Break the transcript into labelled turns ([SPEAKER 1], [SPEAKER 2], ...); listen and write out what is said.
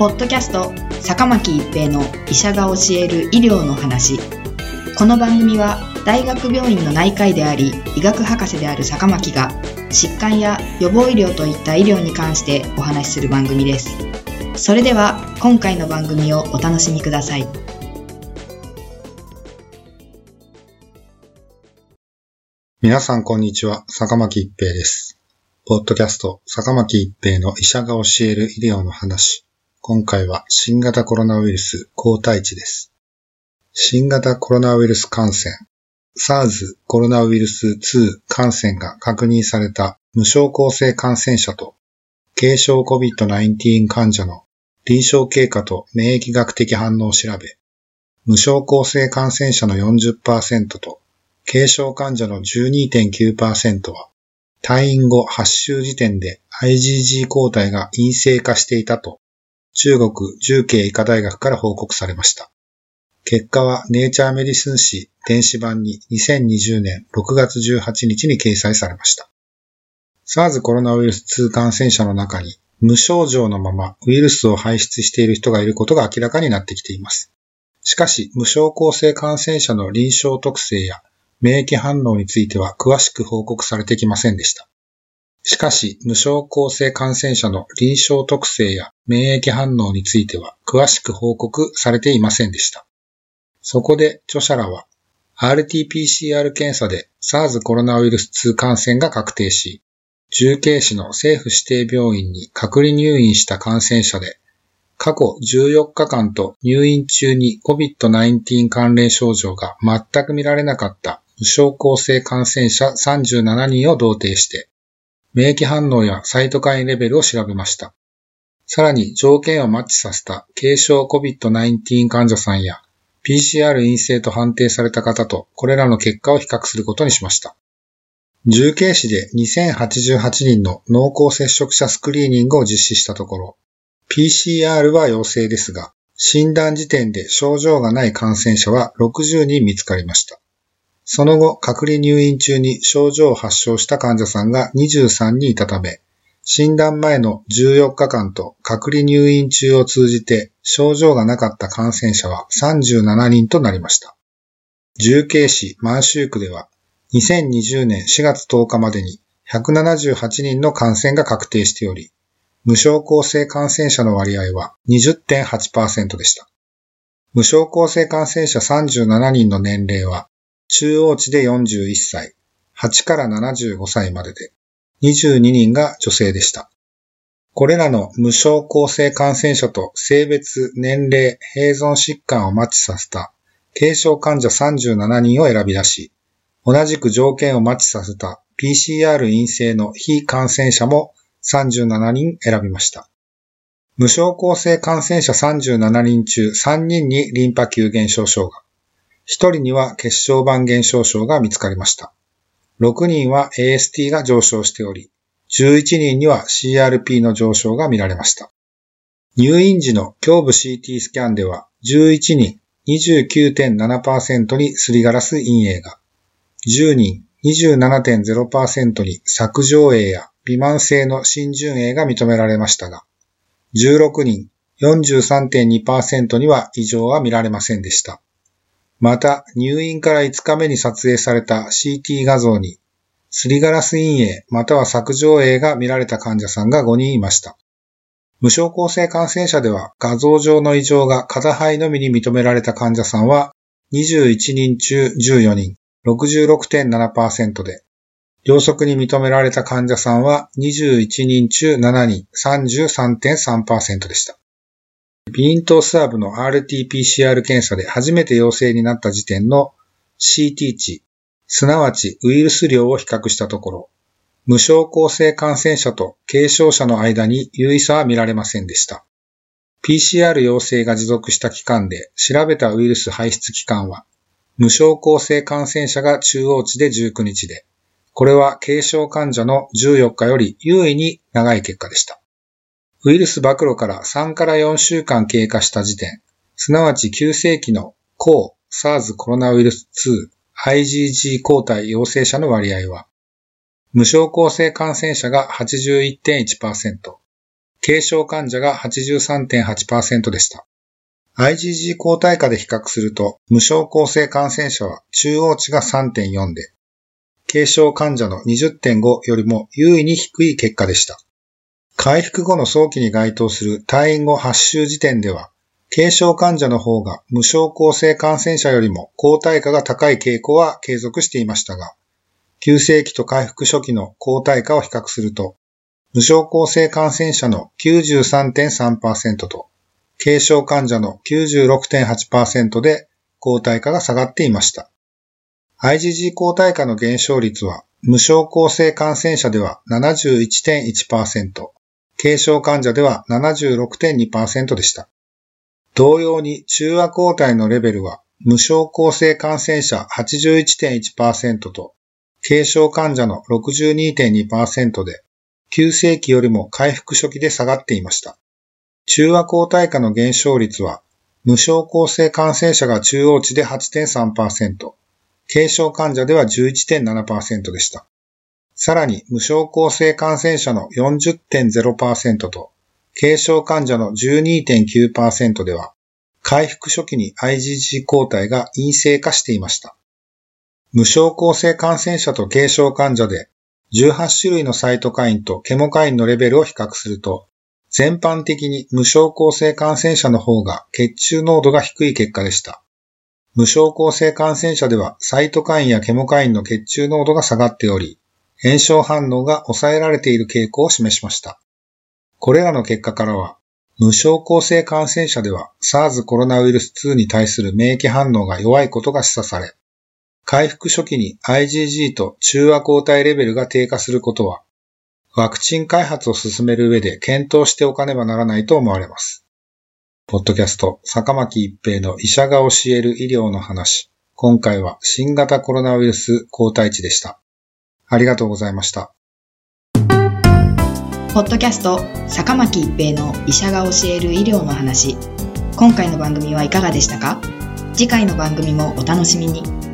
[SPEAKER 1] ポッドキャスト坂巻一平の医者が教える医療の話。この番組は大学病院の内科医であり医学博士である坂巻が疾患や予防医療といった医療に関してお話しする番組です。それでは今回の番組をお楽しみください。
[SPEAKER 2] 皆さんこんにちは、坂巻一平です。ポッドキャスト坂巻一平の医者が教える医療の話。今回は新型コロナウイルス抗体値です。新型コロナウイルス感染、SARS コロナウイルス2感染が確認された無症候性感染者と軽症 COVID-19 患者の臨床経過と免疫学的反応を調べ、無症候性感染者の 40% と軽症患者の 12.9% は退院後8週時点で IgG 抗体が陰性化していたと中国重慶医科大学から報告されました。結果はネイチャーメディスン誌電子版に2020年6月18日に掲載されました。SARS コロナウイルス2感染者の中に無症状のままウイルスを排出している人がいることが明らかになってきています。しかし無症候性感染者の臨床特性や免疫反応については詳しく報告されてきませんでした。しかし、無症候性感染者の臨床特性や免疫反応については詳しく報告されていませんでした。そこで著者らは RT-PCR 検査で SARS コロナウイルス2感染が確定し、重慶市の政府指定病院に隔離入院した感染者で、過去14日間と入院中に COVID-19 関連症状が全く見られなかった無症候性感染者37人を同定して、免疫反応やサイトカインレベルを調べました。さらに条件をマッチさせた軽症 COVID-19 患者さんや PCR 陰性と判定された方とこれらの結果を比較することにしました。重慶市で2088人の濃厚接触者スクリーニングを実施したところ、PCR は陽性ですが、診断時点で症状がない感染者は60人見つかりました。その後、隔離入院中に症状を発症した患者さんが23人いたため、診断前の14日間と隔離入院中を通じて症状がなかった感染者は37人となりました。重慶市満州区では、2020年4月10日までに178人の感染が確定しており、無症候性感染者の割合は 20.8% でした。無症候性感染者37人の年齢は、中央値で41歳、8から75歳までで、22人が女性でした。これらの無症候性感染者と性別、年齢、併存疾患をマッチさせた軽症患者37人を選び出し、同じく条件をマッチさせた PCR 陰性の非感染者も37人選びました。無症候性感染者37人中3人にリンパ球減少症が、1人には血小板減少症が見つかりました。6人は AST が上昇しており、11人には CRP の上昇が見られました。入院時の胸部 CT スキャンでは11人 29.7% にすりガラス陰影が、10人 27.0% に索状影や微慢性の浸潤影が認められましたが、16人 43.2% には異常は見られませんでした。また、入院から5日目に撮影された CT 画像に、すりガラス陰影または索状影が見られた患者さんが5人いました。無症候性感染者では画像上の異常が片肺のみに認められた患者さんは21人中14人、66.7% で、両側に認められた患者さんは21人中7人、33.3% でした。ビーントスワブの RT-PCR 検査で初めて陽性になった時点の CT 値、すなわちウイルス量を比較したところ、無症候性感染者と軽症者の間に有意差は見られませんでした。PCR 陽性が持続した期間で調べたウイルス排出期間は、無症候性感染者が中央値で19日で、これは軽症患者の14日より優位に長い結果でした。ウイルス暴露から3から4週間経過した時点、すなわち急性期の抗 SARS コロナウイルス2 IgG 抗体陽性者の割合は、無症候性感染者が 81.1%、 軽症患者が 83.8% でした。IgG 抗体価で比較すると、無症候性感染者は中央値が 3.4 で、軽症患者の 20.5 よりも優位に低い結果でした。回復後の早期に該当する退院後8週時点では、軽症患者の方が無症候性感染者よりも抗体価が高い傾向は継続していましたが、急性期と回復初期の抗体価を比較すると、無症候性感染者の 93.3% と、軽症患者の 96.8% で抗体価が下がっていました。IgG 抗体価の減少率は、無症候性感染者では 71.1%、軽症患者では 76.2% でした。同様に中和抗体のレベルは、無症候性感染者 81.1% と、軽症患者の 62.2% で、急性期よりも回復初期で下がっていました。中和抗体価の減少率は、無症候性感染者が中央値で 8.3%、軽症患者では 11.7% でした。さらに無症候性感染者の 40.0% と軽症患者の 12.9% では回復初期に IgG 抗体が陰性化していました。無症候性感染者と軽症患者で18種類のサイトカインとケモカインのレベルを比較すると全般的に無症候性感染者の方が血中濃度が低い結果でした。無症候性感染者ではサイトカインやケモカインの血中濃度が下がっており、炎症反応が抑えられている傾向を示しました。これらの結果からは、無症候性感染者では SARS コロナウイルス2に対する免疫反応が弱いことが示唆され、回復初期に IgG と中和抗体レベルが低下することは、ワクチン開発を進める上で検討しておかねばならないと思われます。ポッドキャスト、坂巻一平の医者が教える医療の話。今回は新型コロナウイルス抗体値でした。ありがとうございました。
[SPEAKER 1] ポッドキャスト、坂巻一平の医者が教える医療の話。今回の番組はいかがでしたか？次回の番組もお楽しみに。